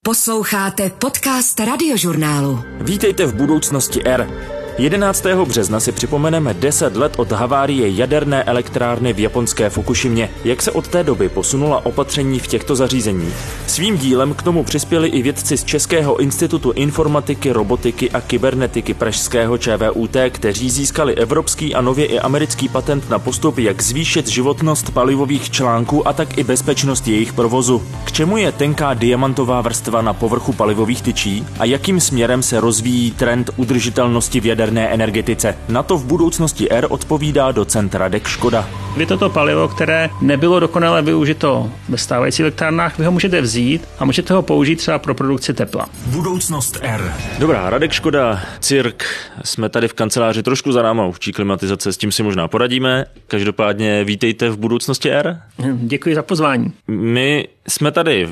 Posloucháte podcast Radiožurnálu. Vítejte v budoucnosti R. 11. března si připomeneme 10 let od havárie jaderné elektrárny v japonské Fukušimě. Jak se od té doby posunula opatření v těchto zařízeních? Svým dílem k tomu přispěli i vědci z Českého institutu informatiky, robotiky a kybernetiky pražského ČVUT, kteří získali evropský a nově i americký patent na postup, jak zvýšit životnost palivových článků a tak i bezpečnost jejich provozu. K čemu je tenká diamantová vrstva na povrchu palivových tyčí a jakým směrem se rozvíjí trend udržitelnosti v jaderné energetice? Na to v budoucnosti R odpovídá docent Radek Škoda. Vy toto palivo, které nebylo dokonale využito ve stávajících elektrárnách, vy ho můžete vzít a můžete ho použít třeba pro produkci tepla. Budoucnost R. Dobrá, Radek Škoda, Cirk. Jsme tady v kanceláři trošku za náma včí klimatizace, s tím si možná poradíme. Každopádně vítejte v budoucnosti R. Děkuji za pozvání. My jsme tady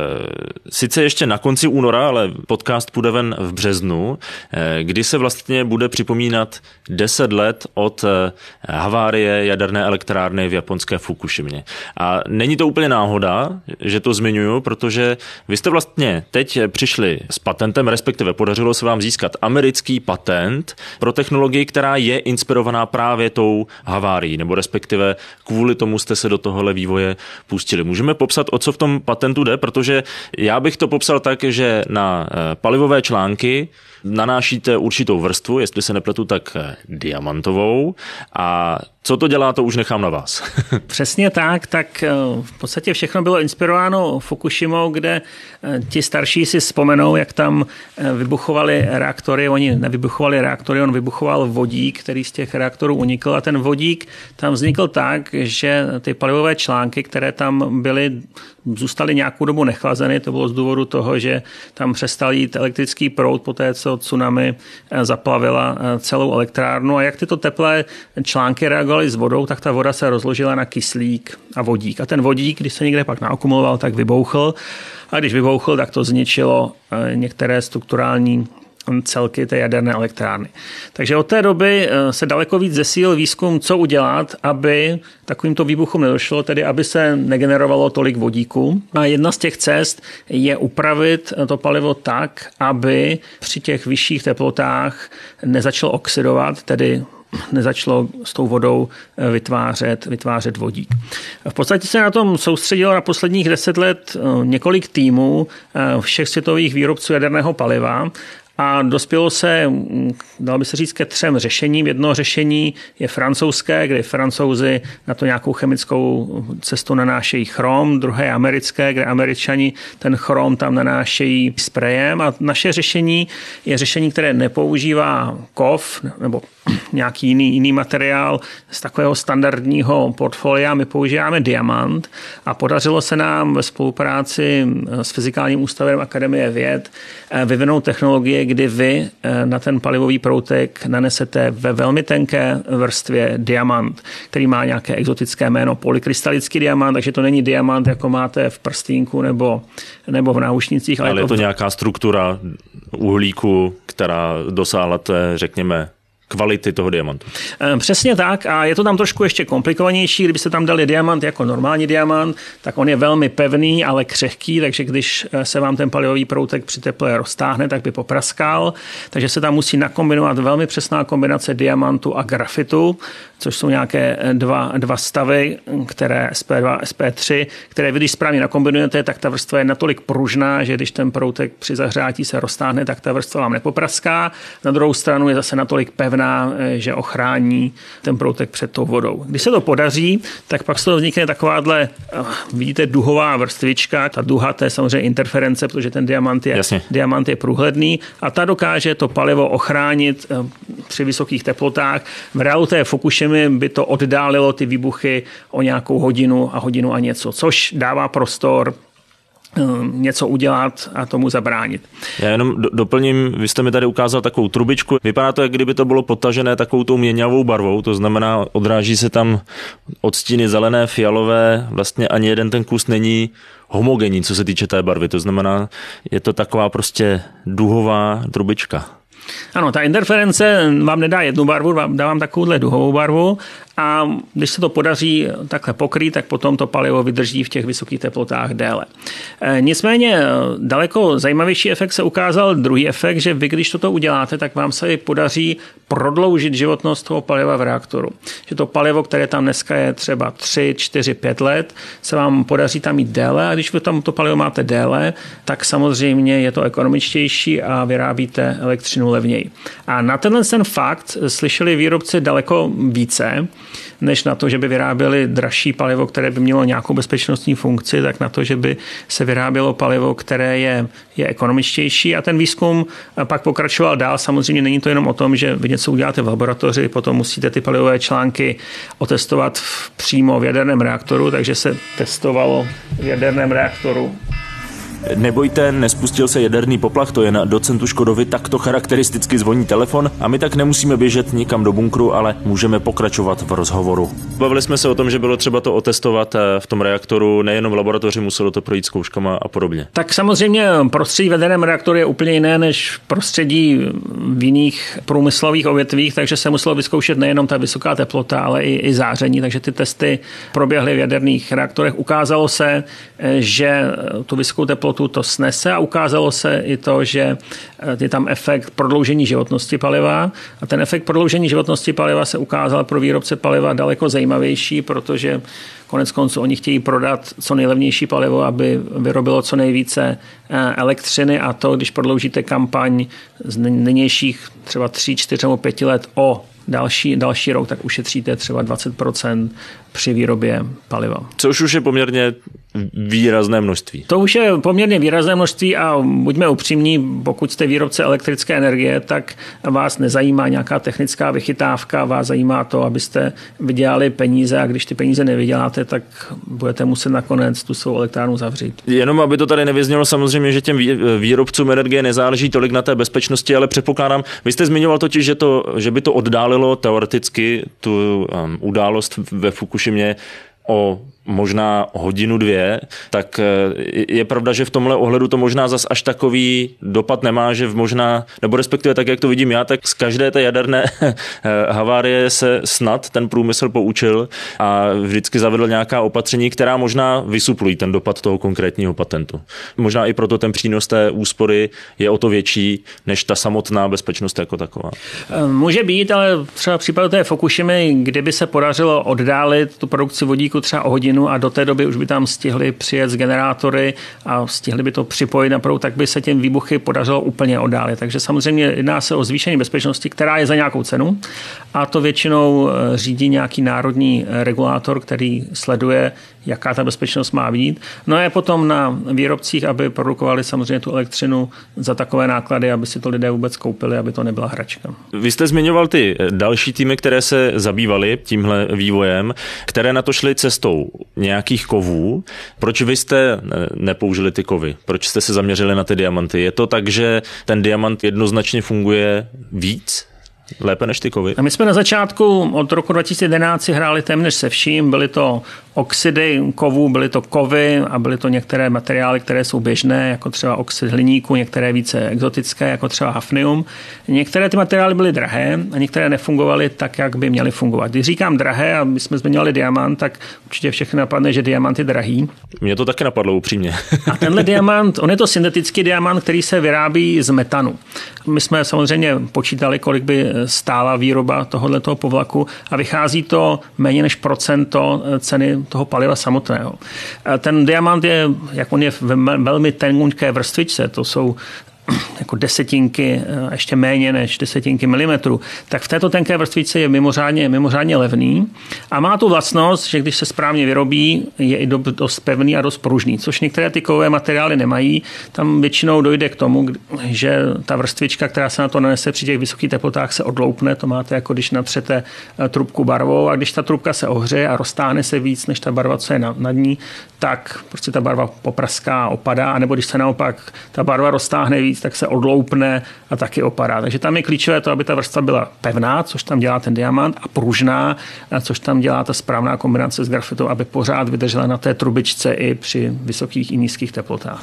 sice ještě na konci února, ale podcast půjde ven v březnu, kdy se vlastně bude připomínat 10 let od havárie jaderné elektrárny v japonské Fukušimě. A není to úplně náhoda, že to zmiňuju, protože vy jste vlastně teď přišli s patentem, respektive podařilo se vám získat americký patent pro technologii, která je inspirovaná právě tou havárií, nebo respektive kvůli tomu jste se do tohohle vývoje pustili. Můžeme popsat, o co v tom patentu jde, protože já bych to popsal tak, že na palivové články nanášíte určitou vrstvu, jestli se nepletu, tak diamantovou. A co to dělá, to už nechám na vás. Přesně tak v podstatě všechno bylo inspirováno Fukušimou, kde ti starší si vzpomenou, jak tam vybuchovaly reaktory. Oni nevybuchovali reaktory, on vybuchoval vodík, který z těch reaktorů unikl, a ten vodík tam vznikl tak, že ty palivové články, které tam byly, zůstaly nějakou dobu nechlazeny. To bylo z důvodu toho, že tam přestal jít elektrický proud po té, co tsunami zaplavila celou elektrárnu. A jak tyto teplé články reagovaly s vodou, tak ta voda se rozložila na kyslík a vodík. A ten vodík, když se někde pak naakumuloval, tak vybouchl. A když vybouchl, tak to zničilo některé strukturální celky té jaderné elektrárny. Takže od té doby se daleko víc zesílil výzkum, co udělat, aby takovýmto výbuchům nedošlo, tedy aby se negenerovalo tolik vodíku. A jedna z těch cest je upravit to palivo tak, aby při těch vyšších teplotách nezačalo oxidovat, tedy nezačalo s tou vodou vytvářet vodík. V podstatě se na tom soustředilo na posledních 10 let několik týmů všech světových výrobců jaderného paliva, a dospělo se, dalo by se říct, ke 3 řešením. Jedno řešení je francouzské, kde Francouzi na to nějakou chemickou cestu nanášejí chrom. Druhé je americké, kde Američani ten chrom tam nanášejí sprejem. A naše řešení je řešení, které nepoužívá kov nebo nějaký jiný materiál z takového standardního portfolia. My používáme diamant a podařilo se nám ve spolupráci s Fyzikálním ústavem Akademie věd vyvinout technologie, kdy vy na ten palivový proutek nanesete ve velmi tenké vrstvě diamant, který má nějaké exotické jméno polykrystalický diamant, takže to není diamant, jako máte v prstínku nebo v náušnicích. Ale je to nějaká struktura uhlíku, která dosáhla té, řekněme, kvality toho diamantu. Přesně tak, a je to tam trošku ještě komplikovanější. Kdybyste tam dali diamant jako normální diamant, tak on je velmi pevný, ale křehký, takže když se vám ten palivový proutek při teple roztáhne, tak by popraskal. Takže se tam musí nakombinovat velmi přesná kombinace diamantu a grafitu, což jsou nějaké dva stavy, které SP2, SP3, které vy, když správně nakombinujete, tak ta vrstva je natolik pružná, že když ten proutek při zahřátí se roztáhne, tak ta vrstva vám nepopraská. Na druhou stranu je zase natolik pevná, že ochrání ten proutek před tou vodou. Když se to podaří, tak pak z toho vznikne takováhle, vidíte, duhová vrstvička. Ta duha, to je samozřejmě interference, protože ten diamant je průhledný a ta dokáže to palivo ochránit při vysokých teplotách. V reálu té Fukušimy by to oddálilo ty výbuchy o nějakou hodinu a něco, což dává prostor něco udělat a tomu zabránit. Já jenom doplním, vy jste mi tady ukázal takovou trubičku. Vypadá to, jak kdyby to bylo potažené takovou tou měňavou barvou, to znamená, odráží se tam odstíny zelené, fialové, vlastně ani jeden ten kus není homogenní, co se týče té barvy, to znamená, je to taková prostě duhová trubička. Ano, ta interference vám nedá jednu barvu, vám dávám takovouhle duhovou barvu a když se to podaří takhle pokrýt, tak potom to palivo vydrží v těch vysokých teplotách déle. Nicméně daleko zajímavější efekt se ukázal druhý efekt, že vy, když toto uděláte, tak vám se podaří prodloužit životnost toho paliva v reaktoru. Že to palivo, které tam dneska je třeba 3, 4, 5 let, se vám podaří tam mít déle a když vy tam to palivo máte déle, tak samozřejmě je to ekonomičtější a vyrábíte elektřinu levněji. A na ten fakt slyšeli výrobci daleko více, než na to, že by vyráběli dražší palivo, které by mělo nějakou bezpečnostní funkci, tak na to, že by se vyrábělo palivo, které je ekonomičtější a ten výzkum pak pokračoval dál. Samozřejmě není to jenom o tom, že vy něco uděláte v laboratoři, potom musíte ty palivové články otestovat přímo v jaderném reaktoru, takže se testovalo v jaderném reaktoru. Nebojte, nespustil se jaderný poplach, to je na docentu Škodovi takto charakteristicky zvoní telefon a my tak nemusíme běžet nikam do bunkru, ale můžeme pokračovat v rozhovoru. Bavili jsme se o tom, že bylo třeba to otestovat v tom reaktoru, nejenom v laboratoři, muselo to projít zkouškama a podobně. Tak samozřejmě prostředí v jaderném reaktoru je úplně jiné než prostředí v jiných průmyslových odvětvích, takže se muselo vyzkoušet nejenom ta vysoká teplota, ale i záření, takže ty testy proběhly v jaderných reaktorech. Ukázalo se, že tu vysokou teplotu to snese a ukázalo se i to, že je tam efekt prodloužení životnosti paliva a ten efekt prodloužení životnosti paliva se ukázal pro výrobce paliva daleko zajímavější, protože konec konců oni chtějí prodat co nejlevnější palivo, aby vyrobilo co nejvíce elektřiny a to, když prodloužíte kampaň z nynějších třeba 3, 4 nebo 5 let o další rok, tak ušetříte třeba 20% při výrobě paliva. Což už je poměrně výrazné množství. To už je poměrně výrazné množství a buďme upřímní, pokud jste výrobce elektrické energie, tak vás nezajímá nějaká technická vychytávka, vás zajímá to, abyste vydělali peníze a když ty peníze nevyděláte, tak budete muset nakonec tu svou elektrárnu zavřít. Jenom aby to tady nevyznělo, samozřejmě, že těm výrobcům energie nezáleží tolik na té bezpečnosti, ale předpokládám, vy jste zmiňoval totiž, že by to oddálilo teoreticky tu událost ve Fukushimě o možná hodinu, 2, tak je pravda, že v tomhle ohledu to možná zas až takový dopad nemá, že možná, nebo respektive tak, jak to vidím já, tak z každé té jaderné havárie se snad ten průmysl poučil a vždycky zavedl nějaká opatření, která možná vysuplují ten dopad toho konkrétního patentu. Možná i proto ten přínos té úspory je o to větší, než ta samotná bezpečnost jako taková. Může být, ale třeba v případě té Fukushimy, kdyby se podařilo oddálit tu produkci vodíku třeba o hodinu a do té doby už by tam stihli přijet z generátory a stihli by to připojit na proud, tak by se těm výbuchy podařilo úplně oddálit. Takže samozřejmě jedná se o zvýšení bezpečnosti, která je za nějakou cenu a to většinou řídí nějaký národní regulátor, který sleduje, jaká ta bezpečnost má být. No a je potom na výrobcích, aby produkovali samozřejmě tu elektřinu za takové náklady, aby si to lidé vůbec koupili, aby to nebyla hračka. Vy jste zmiňoval ty další týmy, které se zabývaly tímhle vývojem, které na to šly cestou nějakých kovů. Proč vy jste nepoužili ty kovy? Proč jste se zaměřili na ty diamanty? Je to tak, že ten diamant jednoznačně funguje víc? Lépe než ty kovy? A my jsme na začátku od roku 2011 hráli téměř se vším. Byly to oxidy kovů, byly to kovy a byly to některé materiály, které jsou běžné, jako třeba oxid hliníku, některé více exotické, jako třeba hafnium. Některé ty materiály byly drahé a některé nefungovaly tak, jak by měly fungovat. Když říkám drahé a my jsme zmiňovali diamant, tak určitě všechny napadne, že diamant je drahý. Mě to taky napadlo upřímně. A tenhle diamant, on je to syntetický diamant, který se vyrábí z metanu. My jsme samozřejmě počítali, kolik by stála výroba tohoto povlaku a vychází to méně než procento ceny toho paliva samotného. Ten diamant je, jak on je v velmi tenké vrstvičce, to jsou jako desetinky, ještě méně než desetinky milimetrů, tak v této tenké vrstvičce je mimořádně levný a má tu vlastnost, že když se správně vyrobí, je i dost pevný a dost pružný, což některé ty kovové materiály nemají. Tam většinou dojde k tomu, že ta vrstvička, která se na to nanese při těch vysokých teplotách, se odloupne. To máte jako když natřete trubku barvou a když ta trubka se ohřeje a roztáhne se víc než ta barva, co je nad ní, tak prostě ta barva popraská a opadá, anebo když se naopak ta barva roztáhne víc, tak se odloupne a taky opadá. Takže tam je klíčové to, aby ta vrstva byla pevná, což tam dělá ten diamant, a pružná, což tam dělá ta správná kombinace s grafitou, aby pořád vydržela na té trubičce i při vysokých i nízkých teplotách.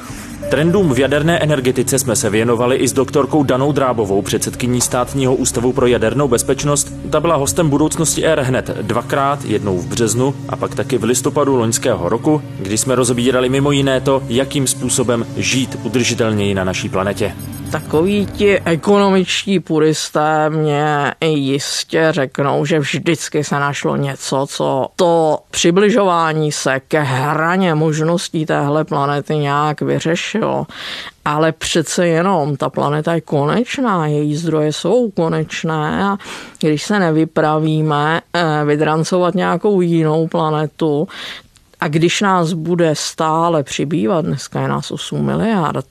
Trendům v jaderné energetice jsme se věnovali i s doktorkou Danou Drábovou, předsedkyní Státního ústavu pro jadernou bezpečnost. Ta byla hostem Budoucnosti R hned dvakrát, jednou v březnu a pak taky v listopadu loňského roku, kdy jsme rozebírali mimo jiné to, jakým způsobem žít udržitelněji na naší planetě. Takoví ti ekonomičtí puristé mě jistě řeknou, že vždycky se našlo něco, co to přibližování se ke hraně možností téhle planety nějak vyřešilo. Ale přece jenom ta planeta je konečná, její zdroje jsou konečné a když se nevypravíme vydrancovat nějakou jinou planetu, a když nás bude stále přibývat, dneska je nás 8 miliard,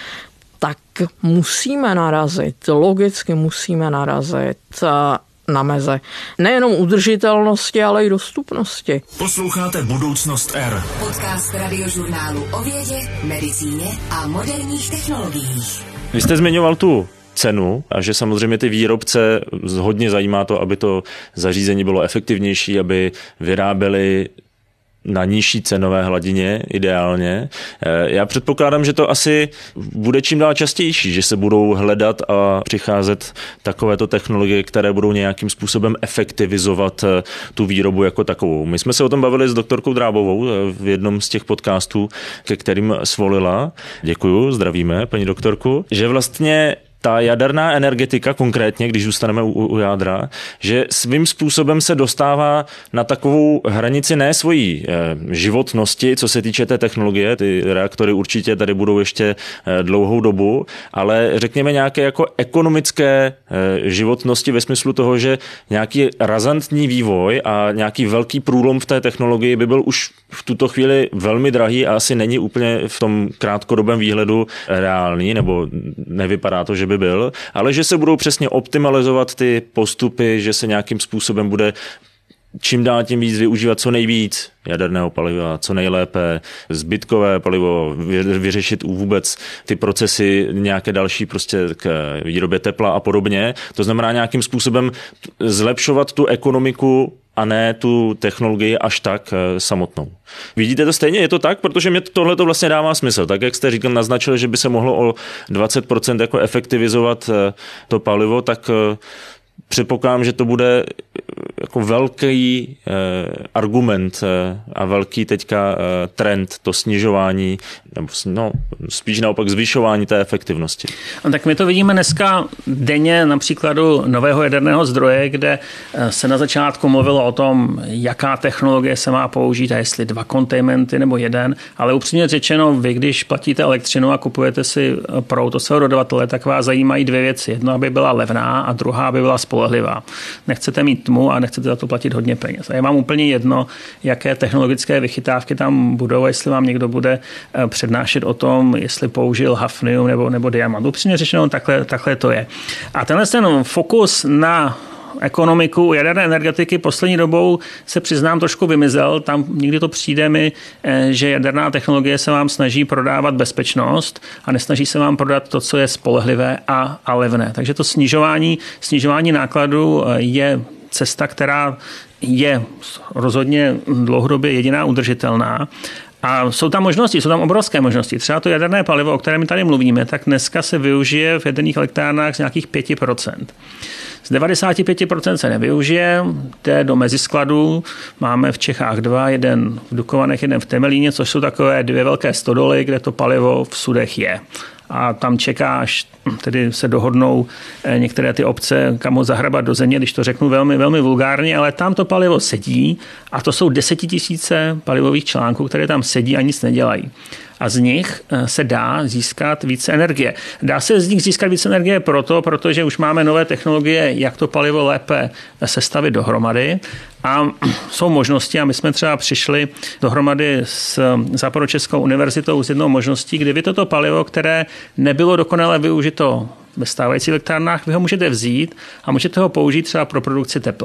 tak musíme narazit, logicky musíme narazit na meze nejenom udržitelnosti, ale i dostupnosti. Posloucháte Budoucnost R. Podcast Radiožurnálu o vědě, medicíně a moderních technologiích. Vy jste zmiňoval tu cenu a že samozřejmě ty výrobce hodně zajímá to, aby to zařízení bylo efektivnější, aby vyráběli na nižší cenové hladině ideálně. Já předpokládám, že to asi bude čím dál častější, že se budou hledat a přicházet takovéto technologie, které budou nějakým způsobem efektivizovat tu výrobu jako takovou. My jsme se o tom bavili s doktorkou Drábovou v jednom z těch podcastů, ke kterým svolila. Děkuju, zdravíme, paní doktorku, že vlastně ta jaderná energetika konkrétně, když zůstaneme u jádra, že svým způsobem se dostává na takovou hranici ne svojí životnosti, co se týče té technologie, ty reaktory určitě tady budou ještě dlouhou dobu, ale řekněme nějaké jako ekonomické životnosti ve smyslu toho, že nějaký razantní vývoj a nějaký velký průlom v té technologii by byl už v tuto chvíli velmi drahý a asi není úplně v tom krátkodobém výhledu reálný, nebo nevypadá to, že by byl, ale že se budou přesně optimalizovat ty postupy, že se nějakým způsobem bude čím dál tím víc využívat co nejvíc jaderného paliva, co nejlépe, zbytkové palivo, vyřešit vůbec ty procesy nějaké další prostě k výrobě tepla a podobně. To znamená nějakým způsobem zlepšovat tu ekonomiku a ne tu technologii až tak samotnou. Vidíte to stejně? Je to tak? Protože mě tohle to vlastně dává smysl. Tak, jak jste říkal, naznačil, že by se mohlo o 20% jako efektivizovat to palivo, tak předpokládám, že to bude jako velký argument a velký teďka trend, to snižování, nebo spíš naopak zvyšování té efektivnosti. Tak my to vidíme dneska denně na příkladu nového jaderného zdroje, kde se na začátku mluvilo o tom, jaká technologie se má použít a jestli 2 containmenty nebo 1, ale upřímně řečeno, vy když platíte elektřinu a kupujete si proud od svého dodavatele, tak vás zajímají 2 věci. Jedna, aby byla levná a druhá, aby byla spolehlivá. Nechcete mít tmu a nechcete za to platit hodně peněz. A je vám úplně jedno, jaké technologické vychytávky tam budou, jestli vám někdo bude přednášet o tom, jestli použil hafnium nebo diamant. Upřímně řečeno, takhle to je. A tenhle ten fokus na ekonomiku jaderné energetiky poslední dobou se přiznám trošku vymizel. Tam někdy to přijde mi, že jaderná technologie se vám snaží prodávat bezpečnost a nesnaží se vám prodat to, co je spolehlivé a levné. Takže to snižování nákladů je cesta, která je rozhodně dlouhodobě jediná udržitelná. A jsou tam možnosti, jsou tam obrovské možnosti. Třeba to jaderné palivo, o kterém my tady mluvíme, tak dneska se využije v jaderných elektrárnách z nějakých 5%. Z 95% se nevyužije, jde do meziskladů. Máme v Čechách 2, jeden v Dukovanech, jeden v Temelíně, což jsou takové 2 velké stodoly, kde to palivo v sudech je. A tam čeká, až tedy se dohodnou některé ty obce, kam ho zahrabat do země, když to řeknu velmi, velmi vulgárně, ale tam to palivo sedí a to jsou 10 000 palivových článků, které tam sedí a nic nedělají. A z nich se dá získat více energie. Dá se z nich získat více energie protože už máme nové technologie, jak to palivo lépe sestavit dohromady. A jsou možnosti, a my jsme třeba přišli dohromady s Západočeskou univerzitou s jednou možností, kdy vy toto palivo, které nebylo dokonale využito ve stávajících elektrárnách, vy ho můžete vzít a můžete ho použít třeba pro produkci tepla.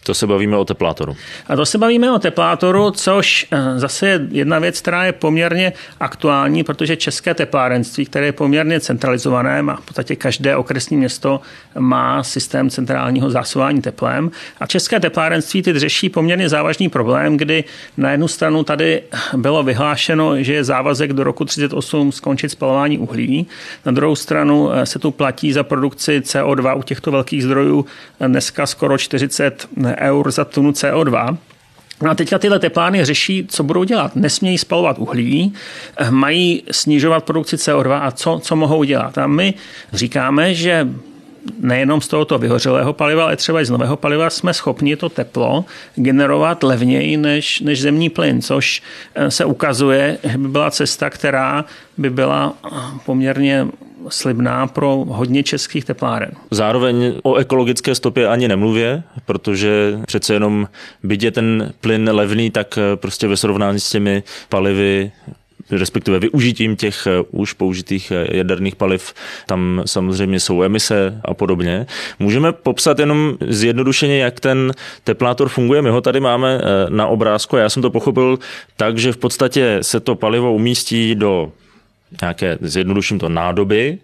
To se bavíme o teplátoru. A to se bavíme o teplátoru, což zase je jedna věc, která je poměrně aktuální, protože české teplárenství, které je poměrně centralizované, má v podstatě každé okresní město má systém centrálního zásobování teplem. A české teplárenství teď řeší poměrně závažný problém, kdy na jednu stranu tady bylo vyhlášeno, že je závazek do roku 1938 skončit spalování uhlí. Na druhou stranu se tu platí za produkci CO2 u těchto velkých zdrojů dneska skoro 40 eur za tunu CO2. No a teďka tyhle teplárny řeší, co budou dělat. Nesmějí spalovat uhlí, mají snižovat produkci CO2 a co mohou dělat. A my říkáme, že nejenom z tohoto vyhořelého paliva, ale třeba i z nového paliva jsme schopni to teplo generovat levněji než zemní plyn, což se ukazuje, že by byla cesta, která by byla poměrně slibná pro hodně českých tepláren. Zároveň o ekologické stopě ani nemluvě, protože přece jenom byť je ten plyn levný, tak prostě ve srovnání s těmi palivy, respektive využitím těch už použitých jaderných paliv, tam samozřejmě jsou emise a podobně. Můžeme popsat jenom zjednodušeně, jak ten teplátor funguje. My ho tady máme na obrázku. Já jsem to pochopil tak, že v podstatě se to palivo umístí do nějaké, zjednoduším to, nádoby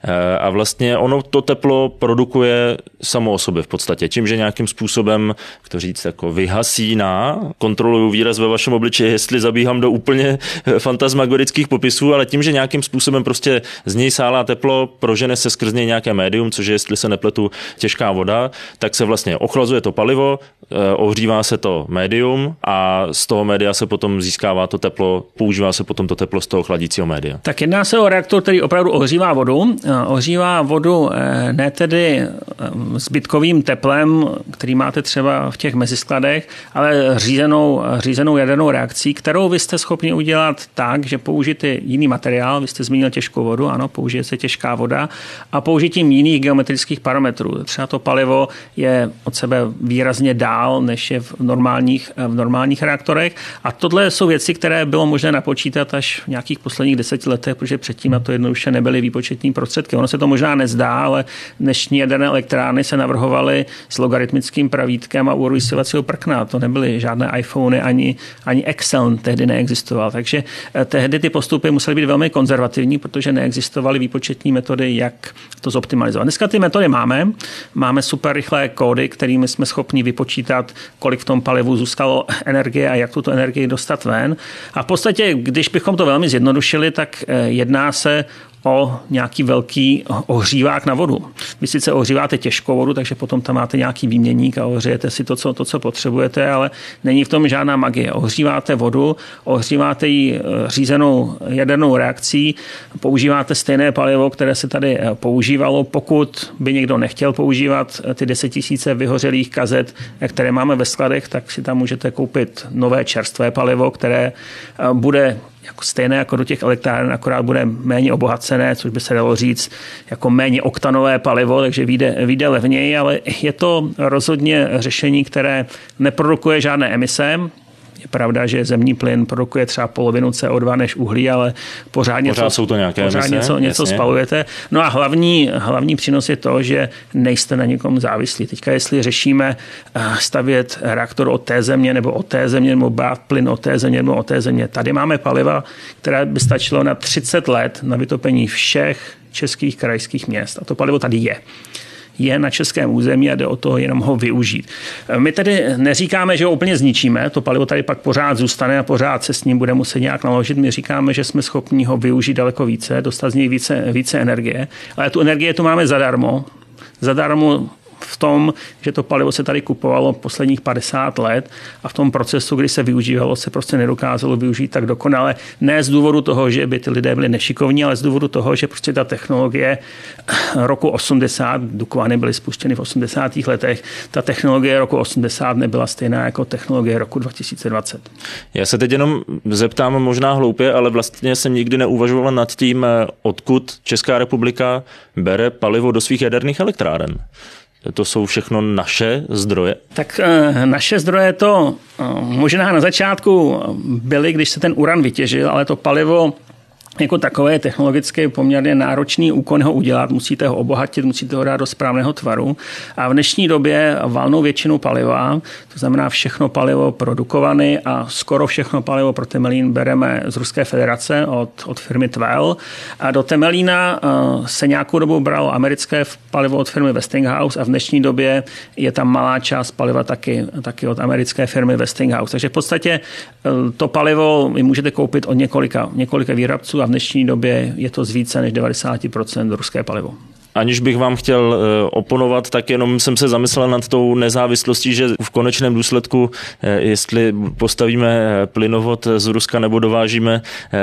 a vlastně ono to teplo produkuje samo o sobě v podstatě. Tím, že nějakým způsobem, jak to říct, jako vyhasíná, kontroluju výraz ve vašem obličeji, jestli zabíhám do úplně fantasmagorických popisů, ale tím, že nějakým způsobem prostě z něj sálá teplo, prožene se skrz něj nějaké médium, což je, jestli se nepletu, těžká voda, tak se vlastně ochlazuje to palivo, ohřívá se to médium a z toho média se potom získává to teplo, používá se potom to teplo z toho chladícího média. Tak jedná se o reaktor, který opravdu ohřívá vodu. Ohřívá vodu ne tedy zbytkovým teplem, který máte třeba v těch meziskladech, ale řízenou jadernou reakcí, kterou vy jste schopni udělat tak, že použijete jiný materiál, vy jste zmínil těžkou vodu, ano, použije se těžká voda a použitím jiných geometrických parametrů. Třeba to palivo je od sebe výrazně dál, než je v normálních reaktorech a tohle jsou věci, které bylo možné napočítat až v nějakých posledních 10 letech, protože předtím na to jednoduše nebyly výpočetní prostředky. Ono se to možná nezdá, ale dnešní jaderné elektrárny se navrhovaly s logaritmickým pravítkem a u rozvysílacího prkna. To nebyly žádné iPhony, ani Excel tehdy neexistoval. Takže tehdy ty postupy musely být velmi konzervativní, protože neexistovaly výpočetní metody, jak to zoptimalizovat. Dneska ty metody máme. Máme super rychlé kódy, kterými jsme schopni vypočítat, kolik v tom palivu zůstalo energie a jak tuto energii dostat ven. A v podstatě, když bychom to velmi zjednodušili, tak jedná se o nějaký velký ohřívák na vodu. Vy sice ohříváte těžkou vodu, takže potom tam máte nějaký výměník a ohřejete si to, co potřebujete, ale není v tom žádná magie. Ohříváte vodu, ohříváte ji řízenou jadernou reakcí, používáte stejné palivo, které se tady používalo. Pokud by někdo nechtěl používat ty 10 000 vyhořelých kazet, které máme ve skladech, tak si tam můžete koupit nové čerstvé palivo, které bude jako stejné jako do těch elektráren, akorát bude méně obohacené, což by se dalo říct jako méně oktanové palivo, takže vyjde levněji, ale je to rozhodně řešení, které neprodukuje žádné emise. Je pravda, že zemní plyn produkuje třeba polovinu CO2 než uhlí, ale pořád něco spalujete. No a hlavní přínos je to, že nejste na někom závislí. Teďka, jestli řešíme stavět reaktor od té země nebo od té země, nebo brát plyn od té země nebo od té země, tady máme paliva, které by stačilo na 30 let na vytopení všech českých krajských měst. A to palivo tady je na českém území a jde o to jenom ho využít. My tedy neříkáme, že ho úplně zničíme, to palivo tady pak pořád zůstane a pořád se s ním bude muset nějak naložit. My říkáme, že jsme schopni ho využít daleko více, dostat z něj více energie, ale tu energii tu máme zadarmo v tom, že to palivo se tady kupovalo posledních 50 let a v tom procesu, kdy se využívalo, se prostě nedokázalo využít tak dokonale. Ne z důvodu toho, že by ty lidé byli nešikovní, ale z důvodu toho, že prostě ta technologie roku 80, Dukovany byly spuštěny v 80. letech, ta technologie roku 80 nebyla stejná jako technologie roku 2020. Já se teď jenom zeptám možná hloupě, ale vlastně jsem nikdy neuvažoval nad tím, odkud Česká republika bere palivo do svých jaderných elektráren. To jsou všechno naše zdroje? Tak naše zdroje to možná na začátku byly, když se ten uran vytěžil, ale to palivo jako takové je technologicky poměrně náročný úkon ho udělat, musíte ho obohatit, musíte ho dát do správného tvaru a v dnešní době valnou většinu paliva, to znamená všechno palivo produkované a skoro všechno palivo pro Temelín bereme z Ruské federace od firmy Tvel a do Temelína se nějakou dobu bralo americké palivo od firmy Westinghouse a v dnešní době je tam malá část paliva taky od americké firmy Westinghouse. Takže v podstatě to palivo vy můžete koupit od několika výrobců a v dnešní době je to z více než 90% ruské palivo. Aniž bych vám chtěl oponovat, tak jenom jsem se zamyslel nad tou nezávislostí, že v konečném důsledku, jestli postavíme plynovod z Ruska nebo dovážíme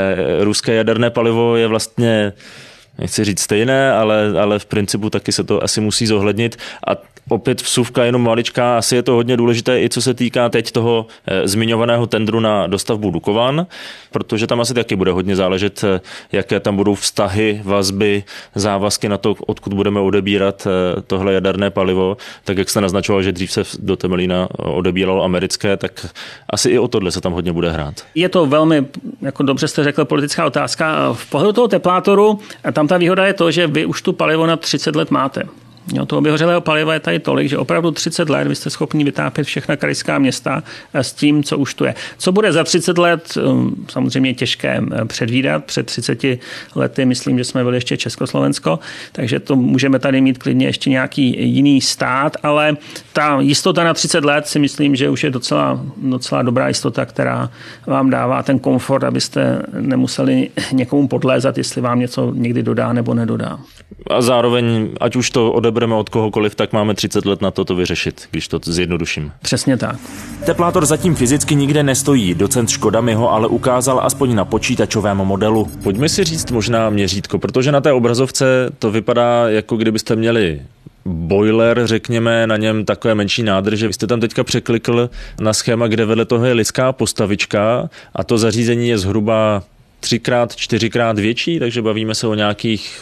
ruské jaderné palivo, je vlastně, nechci říct stejné, ale v principu taky se to asi musí zohlednit. A opět vsuvka jenom maličká, asi je to hodně důležité i co se týká teď toho zmiňovaného tendru na dostavbu Dukovan, protože tam asi taky bude hodně záležet, jaké tam budou vztahy, vazby, závazky na to, odkud budeme odebírat tohle jaderné palivo. Tak jak jste naznačoval, že dřív se do Temelína odebíralo americké, tak asi i o tohle se tam hodně bude hrát. Je to velmi, jako dobře jste řekl, politická otázka. V pohledu toho teplátoru, tam ta výhoda je to, že vy už tu palivo na 30 let máte. Jo, toho vyhořelého paliva je tady tolik, že opravdu 30 let vy jste schopni vytápět všechna krajská města s tím, co už tu je. Co bude za 30 let, samozřejmě těžké předvídat. Před 30 lety myslím, že jsme byli ještě Československo, takže to můžeme tady mít klidně ještě nějaký jiný stát, ale ta jistota na 30 let si myslím, že už je docela dobrá jistota, která vám dává ten komfort, abyste nemuseli někomu podlézat, jestli vám něco někdy dodá nebo nedodá. A zároveň, ať už to odebereme od kohokoliv, tak máme 30 let na to vyřešit, když to zjednoduším. Přesně tak. Teplátor zatím fyzicky nikde nestojí, docent Škoda mi ho ale ukázal aspoň na počítačovém modelu. Pojďme si říct možná měřítko, protože na té obrazovce to vypadá, jako kdybyste měli boiler, řekněme, na něm takové menší nádrže. Vy jste tam teďka překlikl na schéma, kde vedle toho je lidská postavička a to zařízení je zhruba 3x, 4x větší, takže bavíme se o nějakých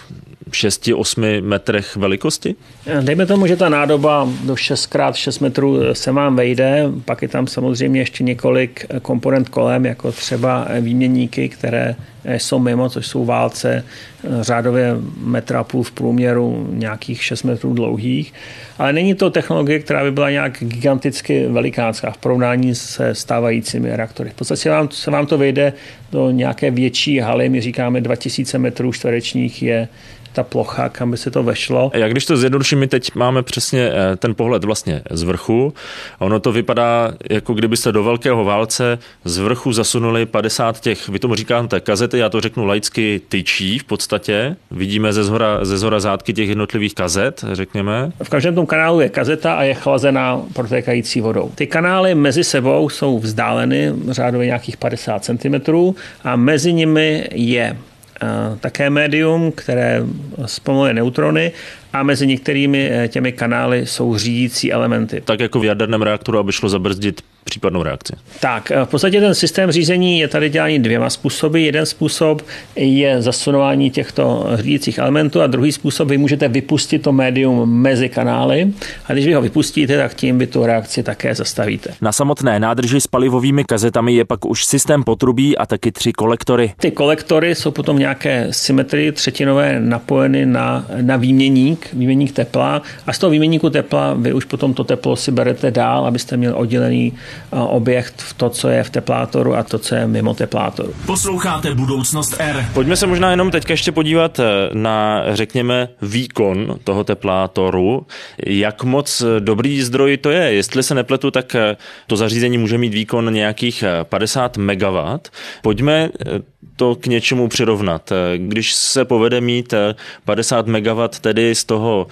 6-8 metrech velikosti? Dejme tomu, že ta nádoba do 6x6 metrů se vám vejde, pak je tam samozřejmě ještě několik komponent kolem, jako třeba výměníky, které jsou mimo, což jsou válce řádově 1,5 metru v průměru, nějakých 6 metrů dlouhých. Ale není to technologie, která by byla nějak giganticky velikánská v porovnání se stávajícími reaktory. V podstatě se vám to vejde do nějaké větší haly, my říkáme 2000 metrů čtverečních je ta plocha, kam by se to vešlo. Jak když to zjednoduším, my teď máme přesně ten pohled vlastně z vrchu. Ono to vypadá, jako kdybyste do velkého válce z vrchu zasunuli 50 těch, vy tomu říkáte kazety, já to řeknu laicky, tyčí v podstatě. Vidíme ze zhora zátky těch jednotlivých kazet, řekněme. V každém tom kanálu je kazeta a je chlazená protékající vodou. Ty kanály mezi sebou jsou vzdáleny řádově nějakých 50 cm a mezi nimi je také médium, které zpomaluje neutrony a mezi některými těmi kanály jsou řídící elementy. Tak jako v jaderném reaktoru, aby šlo zabrzdit případnou reakci. Tak, v podstatě ten systém řízení je tady dělaný 2 způsoby. Jeden způsob je zasunování těchto řídících elementů a druhý způsob, vy můžete vypustit to médium mezi kanály a když vy ho vypustíte, tak tím vy tu reakci také zastavíte. Na samotné nádrži s palivovými kazetami je pak už systém potrubí a taky 3 kolektory. Ty kolektory jsou potom v nějaké symetrii třetinové napojeny na výměník tepla a z toho výměníku tepla vy už potom to teplo si berete dál, abyste měli oddělený objekt v to, co je v teplátoru a to, co je mimo teplátoru. Posloucháte Budoucnost R. Pojďme se možná jenom teďka ještě podívat na, řekněme, výkon toho teplátoru. Jak moc dobrý zdroj to je? Jestli se nepletu, tak to zařízení může mít výkon nějakých 50 MW. Pojďme to k něčemu přirovnat. Když se povede mít 50 MW tedy z toho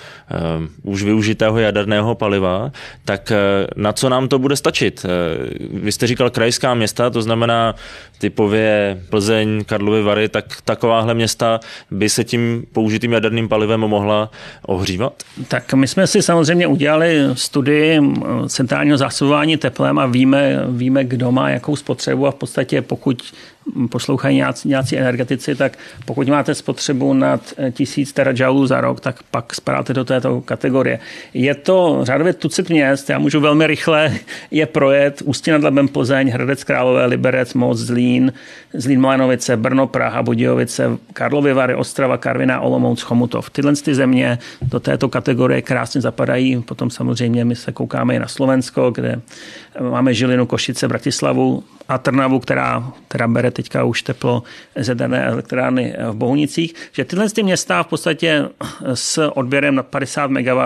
už využitého jaderného paliva, tak na co nám to bude stačit? Vy jste říkal krajská města, to znamená typově Plzeň, Karlovy Vary, tak takováhle města by se tím použitým jaderným palivem mohla ohřívat? Tak my jsme si samozřejmě udělali studii centrálního zásobování teplem a víme, kdo má jakou spotřebu a v podstatě pokud poslouchají nějací energetici, tak pokud máte spotřebu nad 1000 terajoulů za rok, tak pak spadáte do této kategorie. Je to řádově tucet měst, já můžu velmi rychle je projet: Ústí nad Labem, Plzeň, Hradec Králové, Liberec, Most, Zlín, Mlanovice, Brno, Praha, Budějovice, Karlovy Vary, Ostrava, Karviná, Olomouc, Chomutov. Tyhle ty země do této kategorie krásně zapadají. Potom samozřejmě my se koukáme i na Slovensko, kde máme Žilinu, Košice, Bratislavu a Trnavu, která bere teďka už teplo z jaderné elektrárny v Bohunicích, že tyhle ty města v podstatě s odběrem na 50 MW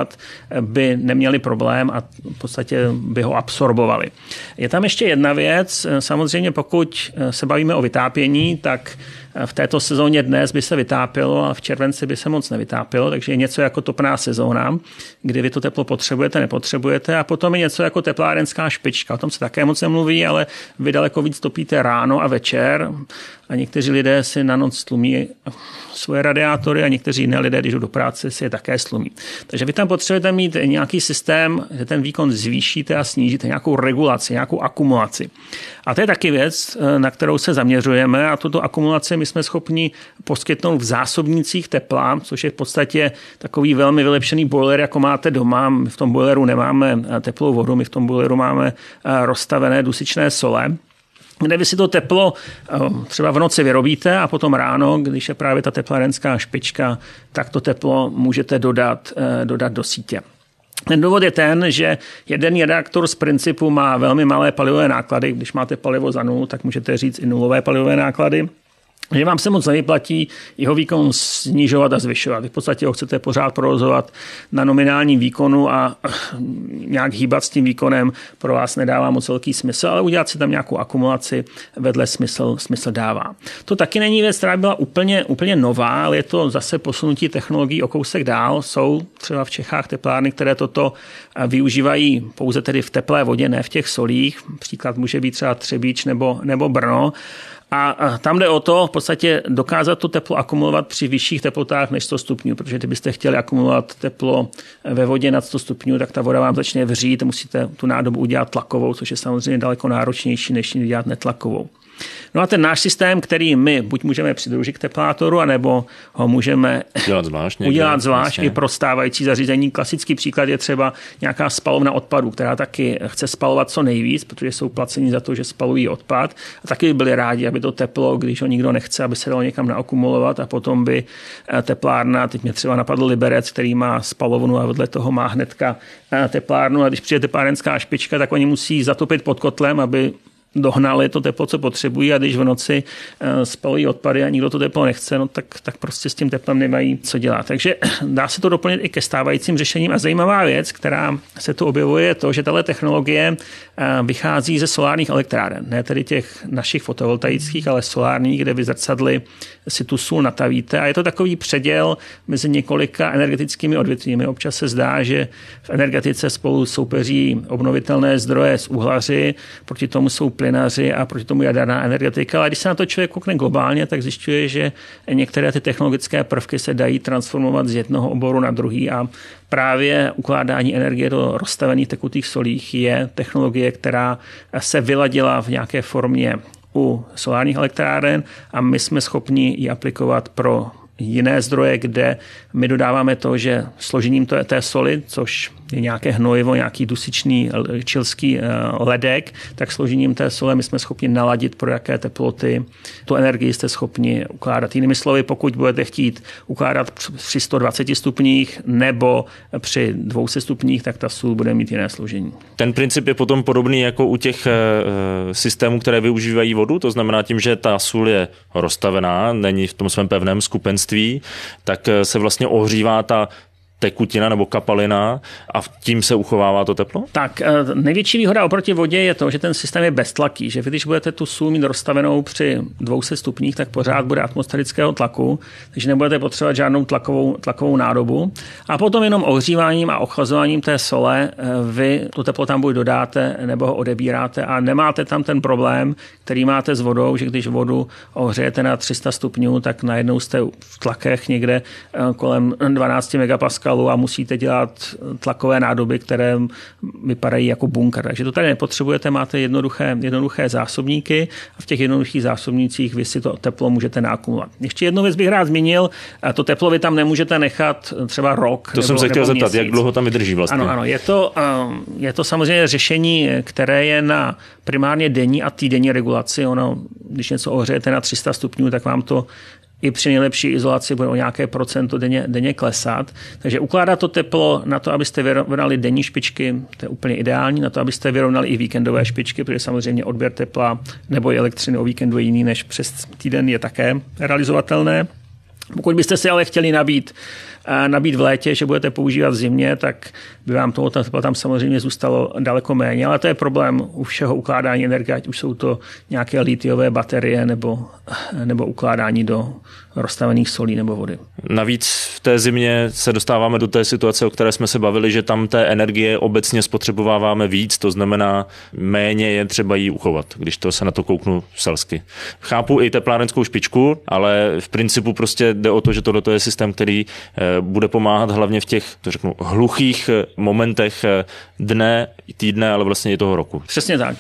by neměly problém a v podstatě by ho absorbovali. Je tam ještě jedna věc. Samozřejmě pokud se bavíme o vytápění, tak v této sezóně dnes by se vytápělo a v červenci by se moc nevytápělo, takže je něco jako topná sezóna, kdy vy to teplo potřebujete, nepotřebujete, a potom je něco jako teplárenská špička. O tom se také moc nemluví, ale vy daleko víc topíte ráno a večer a někteří lidé si na noc tlumí svoje radiátory a někteří jiné lidé, když jdou do práce, si je také stlumí. Takže vy tam potřebujete mít nějaký systém, že ten výkon zvýšíte a snížíte, nějakou regulaci, nějakou akumulaci. A to je taky věc, na kterou se zaměřujeme, a tuto akumulaci my jsme schopni poskytnout v zásobnících tepla, což je v podstatě takový velmi vylepšený boiler, jako máte doma. My v tom boileru nemáme teplou vodu, my v tom boileru máme rozstavené dusičné sole, kde vy si to teplo třeba v noci vyrobíte a potom ráno, když je právě ta teplárenská špička, tak to teplo můžete dodat do sítě. Ten důvod je ten, že jeden reaktor z principu má velmi malé palivové náklady. Když máte palivo za nulu, tak můžete říct i nulové palivové náklady. Že vám se moc nevyplatí jeho výkon snižovat a zvyšovat. Vy v podstatě ho chcete pořád provozovat na nominálním výkonu a nějak hýbat s tím výkonem pro vás nedává moc velký smysl, ale udělat si tam nějakou akumulaci vedle smysl dává. To taky není věc, která byla úplně nová, ale je to zase posunutí technologií o kousek dál. Jsou třeba v Čechách teplárny, které toto využívají pouze tedy v teplé vodě, ne v těch solích. Příklad může být třeba Třebíč nebo Brno. A tam jde o to v podstatě dokázat to teplo akumulovat při vyšších teplotách než 100 stupňů, protože kdybyste chtěli akumulovat teplo ve vodě nad 100 stupňů, tak ta voda vám začne vřít, musíte tu nádobu udělat tlakovou, což je samozřejmě daleko náročnější, než ji dělat netlakovou. No a ten náš systém, který my buď můžeme přidružit k teplátoru, anebo ho můžeme udělat zvlášť i pro stávající zařízení. Klasický příklad je třeba nějaká spalovna odpadů, která taky chce spalovat co nejvíc, protože jsou placeni za to, že spalují odpad. A taky by byli rádi, aby to teplo, když ho nikdo nechce, aby se dalo někam naakumulovat, a potom by teplárna, teď mě třeba napadl Liberec, který má spalovnu a vedle toho má hnedka teplárnu, a když přijde teplárenská špička, tak oni musí zatopit pod kotlem, aby dohnali to teplo, co potřebují, a když v noci spalují odpady a nikdo to teplo nechce, no tak prostě s tím teplem nemají co dělat. Takže dá se to doplnit i ke stávajícím řešením. A zajímavá věc, která se tu objevuje, je to, že tato technologie vychází ze solárních elektráren. Ne tedy těch našich fotovoltaických, ale solárních, kde vy zrcadly si tu sůl natavíte. A je to takový předěl mezi několika energetickými odvětvími. Občas se zdá, že v energetice spolu soupeří obnovitelné zdroje s uhlaři, proti tomu jsou plynaři a proti tomu jaderná energetika. Ale když se na to člověk koukne globálně, tak zjišťuje, že některé ty technologické prvky se dají transformovat z jednoho oboru na druhý, a právě ukládání energie do rozstavených tekutých solích je technologie, která se vyladila v nějaké formě u solárních elektráren, a my jsme schopni ji aplikovat pro jiné zdroje, kde my dodáváme to, že složením té soli, což je nějaké hnojivo, nějaký dusičný čilský ledek, tak složením té sole my jsme schopni naladit, pro jaké teploty tu energii jste schopni ukládat. Jinými slovy, pokud budete chtít ukládat při 120 stupních nebo při 200 stupních, tak ta sůl bude mít jiné složení. Ten princip je potom podobný jako u těch systémů, které využívají vodu, to znamená tím, že ta sůl je roztavená, není v tom svém pevném skupenství, tak se vlastně ohřívá ta tekutina nebo kapalina a tím se uchovává to teplo? Tak největší výhoda oproti vodě je to, že ten systém je beztlaký, že vy, když budete tu sůl mít rozstavenou při 200 stupních, tak pořád bude atmosférického tlaku, takže nebudete potřebovat žádnou tlakovou nádobu. A potom jenom ohříváním a ochlazováním té sole vy tu teplo tam buď dodáte nebo ho odebíráte, a nemáte tam ten problém, který máte s vodou, že když vodu ohřejete na 300 stupňů, tak najednou jste v tlakech někde kolem 12 megapaskalů krystalu a musíte dělat tlakové nádoby, které vypadají jako bunkr. Takže to tady nepotřebujete, máte jednoduché zásobníky a v těch jednoduchých zásobnících vy si to teplo můžete naakumulovat. Ještě jednu věc bych rád zmínil, to teplo vy tam nemůžete nechat třeba rok. To jsem se chtěl zeptat, jak dlouho tam vydrží vlastně. Ano, je to samozřejmě řešení, které je na primárně denní a týdenní regulaci. Ono, když něco ohřejete na 300 stupňů, tak vám to i při nejlepší izolaci bude o nějaké procento denně klesat. Takže ukládat to teplo na to, abyste vyrovnali denní špičky, to je úplně ideální, na to, abyste vyrovnali i víkendové špičky, protože samozřejmě odběr tepla nebo i elektřiny o víkendu je jiný než přes týden, je také realizovatelné. Pokud byste si ale chtěli nabít v létě, že budete používat v zimě, tak by vám toho tepla tam samozřejmě zůstalo daleko méně, ale to je problém u všeho ukládání energie, ať už jsou to nějaké litiové baterie nebo ukládání do rozstavených solí nebo vody. Navíc v té zimě se dostáváme do té situace, o které jsme se bavili, že tam té energie obecně spotřebováváme víc, to znamená méně je třeba jí uchovat, když to se na to kouknu selsky. Chápu i teplárenskou špičku, ale v principu prostě jde o to, že tohle je systém, který bude pomáhat hlavně v těch, to řeknu, hluchých momentech dne, týdne, ale vlastně i toho roku. Přesně tak.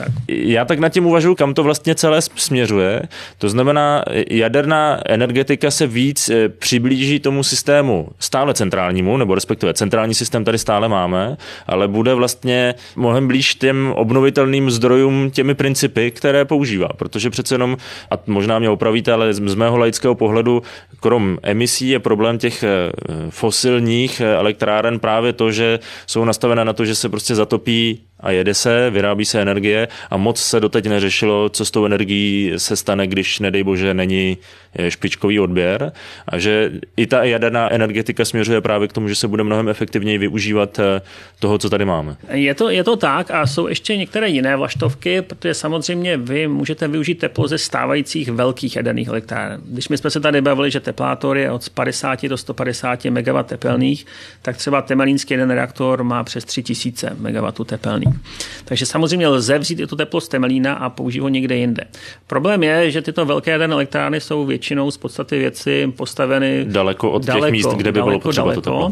Já tak nad tím uvažuji, kam to vlastně celé směřuje. To znamená, jaderná energetika se víc přiblíží tomu systému stále centrálnímu, nebo respektive centrální systém tady stále máme, ale bude vlastně mnohem blíž těm obnovitelným zdrojům těmi principy, které používá. Protože přece jenom, a možná mě opravíte, ale z mého laického pohledu, krom emisí je problém těch fosilních elektráren právě to, že jsou nastavené na to, že se prostě zatopí a jede se, vyrábí se energie a moc se doteď neřešilo, co s tou energií se stane, když, nedej bože, není špičkový odběr a že i ta jaderná energetika směřuje právě k tomu, že se bude mnohem efektivněji využívat toho, co tady máme. Je to tak a jsou ještě některé jiné vlaštovky, protože samozřejmě vy můžete využít teplo ze stávajících velkých jaderných elektráren. Když my jsme se tady bavili, že teplátor je od 50 do 150 MW tepelných, tak třeba temelínský jeden reaktor má přes 3000 MW tepelných. Takže samozřejmě lze vzít i to teplo z Temelína a použít ho někde jinde. Problém je, že tyto velké jaderné elektrárny jsou většinou z podstaty věci postaveny daleko od těch míst, kde by bylo potřeba to teplo.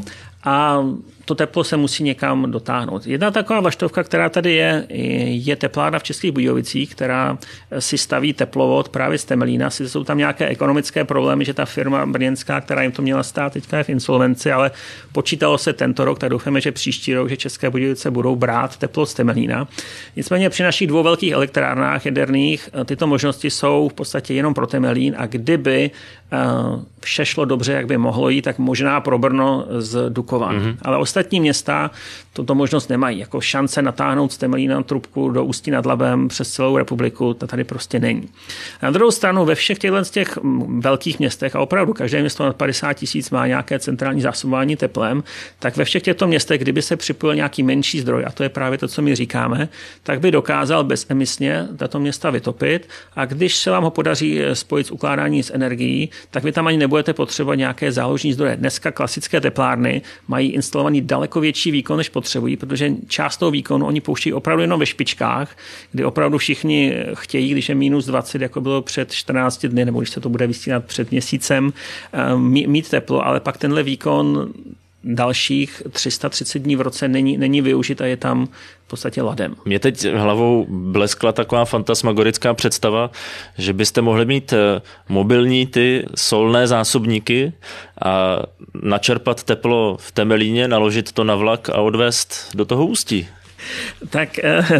A to teplo se musí někam dotáhnout. Jedna taková vlaštovka, která tady je teplárna v Českých Budějovicích, která si staví teplovod právě z Temelína. Sice jsou tam nějaké ekonomické problémy, že ta firma brněnská, která jim to měla stát, teďka je v insolvenci, ale počítalo se tento rok, tak doufáme, že příští rok, že České Budějovice budou brát teplo z Temelína. Nicméně při našich dvou velkých elektrárnách jaderných tyto možnosti jsou v podstatě jenom pro Temelín a kdyby vše šlo dobře, jak by mohlo jít, tak možná pro Brno z Dukovan. Mm-hmm. Ale ostatní města tuto možnost nemají. Jako šance natáhnout z Temelína trubku do Ústí nad Labem přes celou republiku, to tady prostě není. Na druhou stranu ve všech těch velkých městech, a opravdu každé město nad 50 000 má nějaké centrální zásobování teplem, tak ve všech těchto městech, kdyby se připojil nějaký menší zdroj, a to je právě to, co my říkáme, tak by dokázal bezemisně tato města vytopit a když se vám ho podaří spojit s ukládání s energií, tak vy tam ani nebudete potřebovat nějaké záložní zdroje. Dneska klasické teplárny mají instalovaný daleko větší výkon, než potřebují, protože část toho výkonu oni pouštějí opravdu jenom ve špičkách, kdy opravdu všichni chtějí, když je -20, jako bylo před 14 dny, nebo když se to bude vysílat před měsícem, mít teplo, ale pak tenhle výkon dalších 330 dní v roce není využit a je tam v podstatě ladem. Mě teď hlavou bleskla taková fantasmagorická představa, že byste mohli mít mobilní ty solné zásobníky a načerpat teplo v Temelíně, naložit to na vlak a odvést do toho Ústí. Tak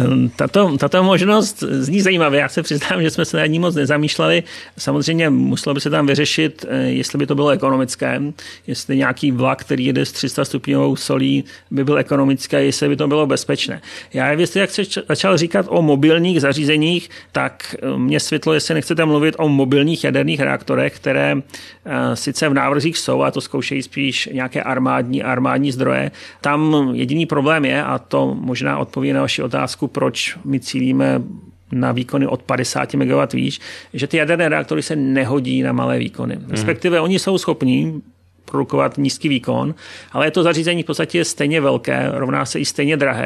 tato možnost zní zajímavě. Já se přiznám, že jsme se nad ní moc nezamýšleli. Samozřejmě muselo by se tam vyřešit, jestli by to bylo ekonomické, jestli nějaký vlak, který jede s 300 stupňovou solí, by byl ekonomický, jestli by to bylo bezpečné. Já jak se začal říkat o mobilních zařízeních, tak mě světlo, jestli nechcete mluvit o mobilních jaderných reaktorech, které sice v návrzích jsou, a to zkoušejí spíš nějaké armádní zdroje. Tam jediný problém je, a to možná odpoví na vaši otázku, proč my cílíme na výkony od 50 MW výš, že ty jaderné reaktory se nehodí na malé výkony. Respektive oni jsou schopní produkovat nízký výkon, ale je to zařízení v podstatě stejně velké, rovná se i stejně drahé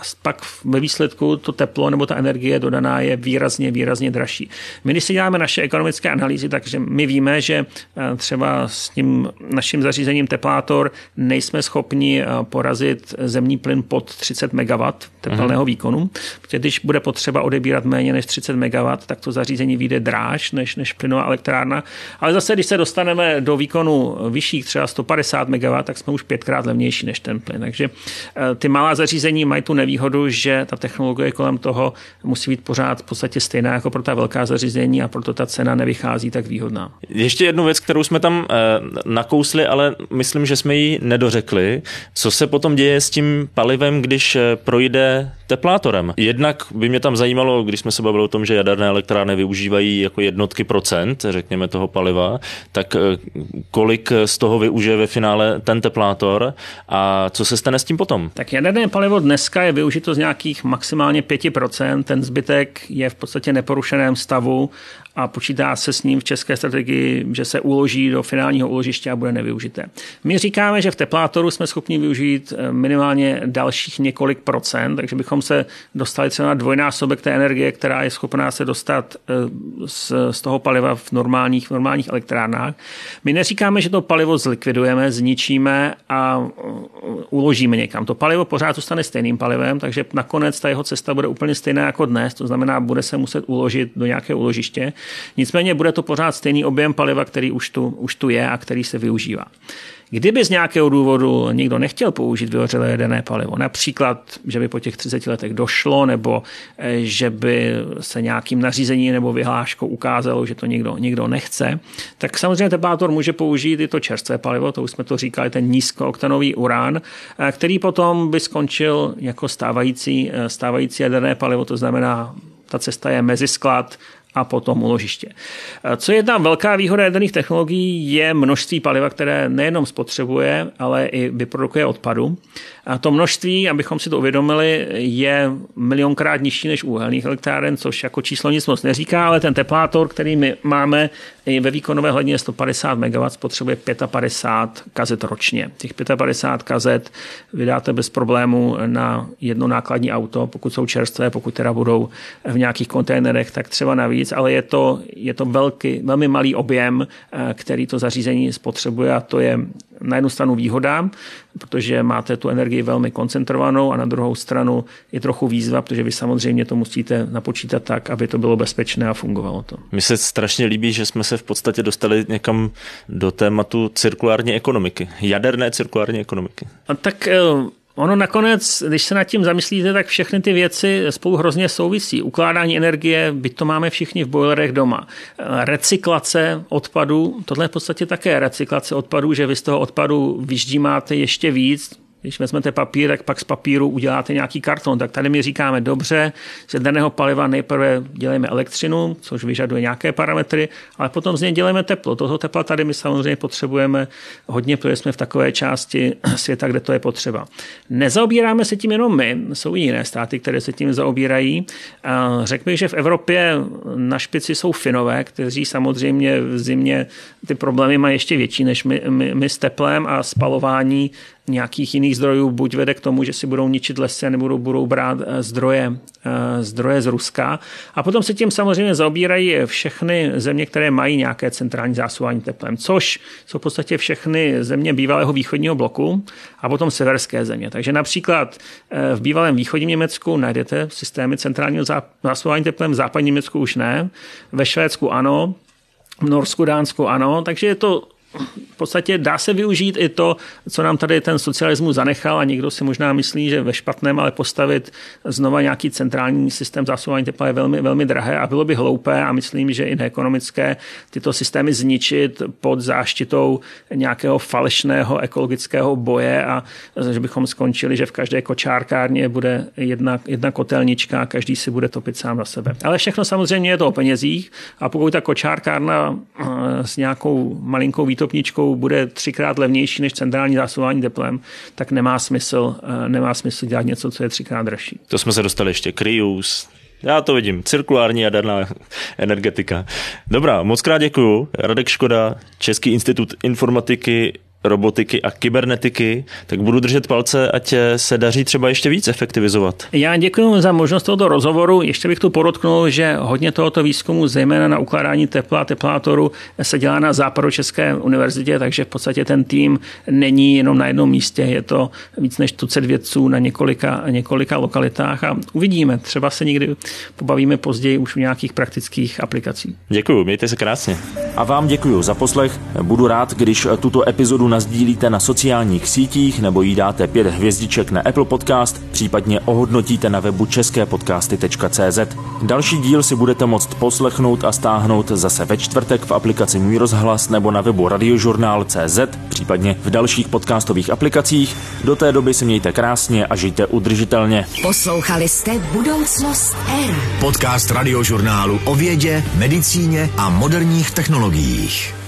pak ve výsledku to teplo nebo ta energie dodaná je výrazně dražší. My, když si děláme naše ekonomické analýzy, takže my víme, že třeba s tím naším zařízením teplátor nejsme schopni porazit zemní plyn pod 30 MW tepelného výkonu, protože když bude potřeba odebírat méně než 30 MW, tak to zařízení vyjde dráž než plynová elektrárna. Ale zase, když se dostaneme do výkonu vyšších, třeba 150 MW, tak jsme už 5krát levnější než ten plyn. Takže ty malá zařízení mají tu nevýhodu, že ta technologie kolem toho musí být pořád v podstatě stejná jako pro ta velká zařízení a proto ta cena nevychází tak výhodná. Ještě jednu věc, kterou jsme tam nakousli, ale myslím, že jsme ji nedořekli. Co se potom děje s tím palivem, když projde teplátorem? Jednak by mě tam zajímalo, když jsme se bavili o tom, že jaderné elektrárny využívají jako jednotky procent, řekněme, toho paliva, tak kolik z toho využije ve finále ten teplátor a co se stane s tím potom? Tak jaderné palivo dneska je využito z nějakých maximálně 5%, ten zbytek je v podstatě neporušeném stavu a počítá se s ním v české strategii, že se uloží do finálního úložiště a bude nevyužité. My říkáme, že v teplátoru jsme schopni využít minimálně dalších několik procent, takže bychom se dostali třeba na dvojnásobek té energie, která je schopná se dostat z toho paliva v normálních elektrárnách. My neříkáme, že to palivo zlikvidujeme, zničíme a uložíme někam. To palivo pořád zůstane stejným palivem, takže nakonec ta jeho cesta bude úplně stejná jako dnes, to znamená, bude se muset uložit do nějakého úložiště. Nicméně bude to pořád stejný objem paliva, který už tu je a který se využívá. Kdyby z nějakého důvodu někdo nechtěl použít vyhořelé jaderné palivo, například, že by po těch 30 letech došlo, nebo že by se nějakým nařízením nebo vyhláškou ukázalo, že to někdo nechce, tak samozřejmě teplátor může použít i to čerstvé palivo, to už jsme to říkali, ten nízkooktanový uran, který potom by skončil jako stávající jaderné palivo, to znamená, ta cesta je mezi sklad a potom úložiště. Co je tam velká výhoda jaderných technologií, je množství paliva, které nejenom spotřebuje, ale i vyprodukuje odpadu. A to množství, abychom si to uvědomili, je milionkrát nižší než uhelných elektráren, což jako číslo nic moc neříká, ale ten teplátor, který my máme i ve výkonové hladině 150 MW, spotřebuje 55 kazet ročně. Těch 55 kazet vydáte bez problému na jedno nákladní auto, pokud jsou čerstvé, pokud teda budou v nějakých kontejnerech, tak třeba navíc, ale je to velmi malý objem, který to zařízení spotřebuje a to je na jednu stranu výhoda, protože máte tu energii velmi koncentrovanou a na druhou stranu je trochu výzva, protože vy samozřejmě to musíte napočítat tak, aby to bylo bezpečné a fungovalo to. Mně se strašně líbí, že jsme se v podstatě dostali někam do tématu cirkulární ekonomiky, jaderné cirkulární ekonomiky. A tak ono nakonec, když se nad tím zamyslíte, tak všechny ty věci spolu hrozně souvisí. Ukládání energie, byť to máme všichni v boilerech doma. Recyklace odpadu, tohle je v podstatě také recyklace odpadů, že vy z toho odpadu vyždímáte ještě víc. Když vezmete papír, tak pak z papíru uděláte nějaký karton. Tak tady my říkáme, dobře, z jaderného paliva nejprve děláme elektřinu, což vyžaduje nějaké parametry, ale potom z něj děláme teplo. Toto tepla tady my samozřejmě potřebujeme hodně, protože jsme v takové části světa, kde to je potřeba. Nezaobíráme se tím jenom my, jsou i jiné státy, které se tím zaobírají. Řekl bych, že v Evropě na špici jsou Finové, kteří samozřejmě v zimě ty problémy mají ještě větší než my s teplem a spalování nějakých jiných zdrojů buď vede k tomu, že si budou ničit lesy nebo budou brát zdroje z Ruska. A potom se tím samozřejmě zaobírají všechny země, které mají nějaké centrální zásobování teplem, což jsou v podstatě všechny země bývalého východního bloku a potom severské země. Takže například v bývalém východním Německu najdete systémy centrálního zásobování teplem, v západním Německu už ne, ve Švédsku ano, v Norsku, Dánsku ano, takže je to v podstatě dá se využít i to, co nám tady ten socialismus zanechal a někdo si možná myslí, že ve špatném, ale postavit znova nějaký centrální systém zásobování tepla je velmi, velmi drahé a bylo by hloupé a myslím, že i neekonomické tyto systémy zničit pod záštitou nějakého falešného ekologického boje a že bychom skončili, že v každé kočárkárně bude jedna kotelnička a každý si bude topit sám za sebe. Ale všechno samozřejmě je to o penězích a pokud ta kočárkárna s nějakou malinkou výtopničkou bude 3krát levnější než centrální zásobování teplem, tak nemá smysl dělat něco, co je 3krát dražší. To jsme se dostali ještě k reuse. Já to vidím. Cirkulární jaderná energetika. Dobrá, moc krát děkuju. Radek Škoda, Český institut informatiky robotiky a kybernetiky, tak budu držet palce, ať se daří třeba ještě víc efektivizovat. Já děkuji za možnost tohoto rozhovoru. Ještě bych tu podotknul, že hodně tohoto výzkumu, zejména na ukládání tepla a teplátoru, se dělá na Západočeské univerzitě, takže v podstatě ten tým není jenom na jednom místě, je to víc než tucet vědců na několika lokalitách a uvidíme, třeba se někdy pobavíme později už u nějakých praktických aplikací. Děkuji, mějte se krásně. A vám děkuji za poslech. Budu rád, když tuto epizodu nasdílíte na sociálních sítích nebo jí dáte 5 hvězdiček na Apple Podcast, případně ohodnotíte na webu česképodcasty.cz. Další díl si budete moct poslechnout a stáhnout zase ve čtvrtek v aplikaci Můj rozhlas nebo na webu radiožurnál.cz, případně v dalších podcastových aplikacích. Do té doby si mějte krásně a žijte udržitelně. Poslouchali jste Budoucnost R. Podcast Radiožurnálu o vědě, medicíně a moderních technologiích.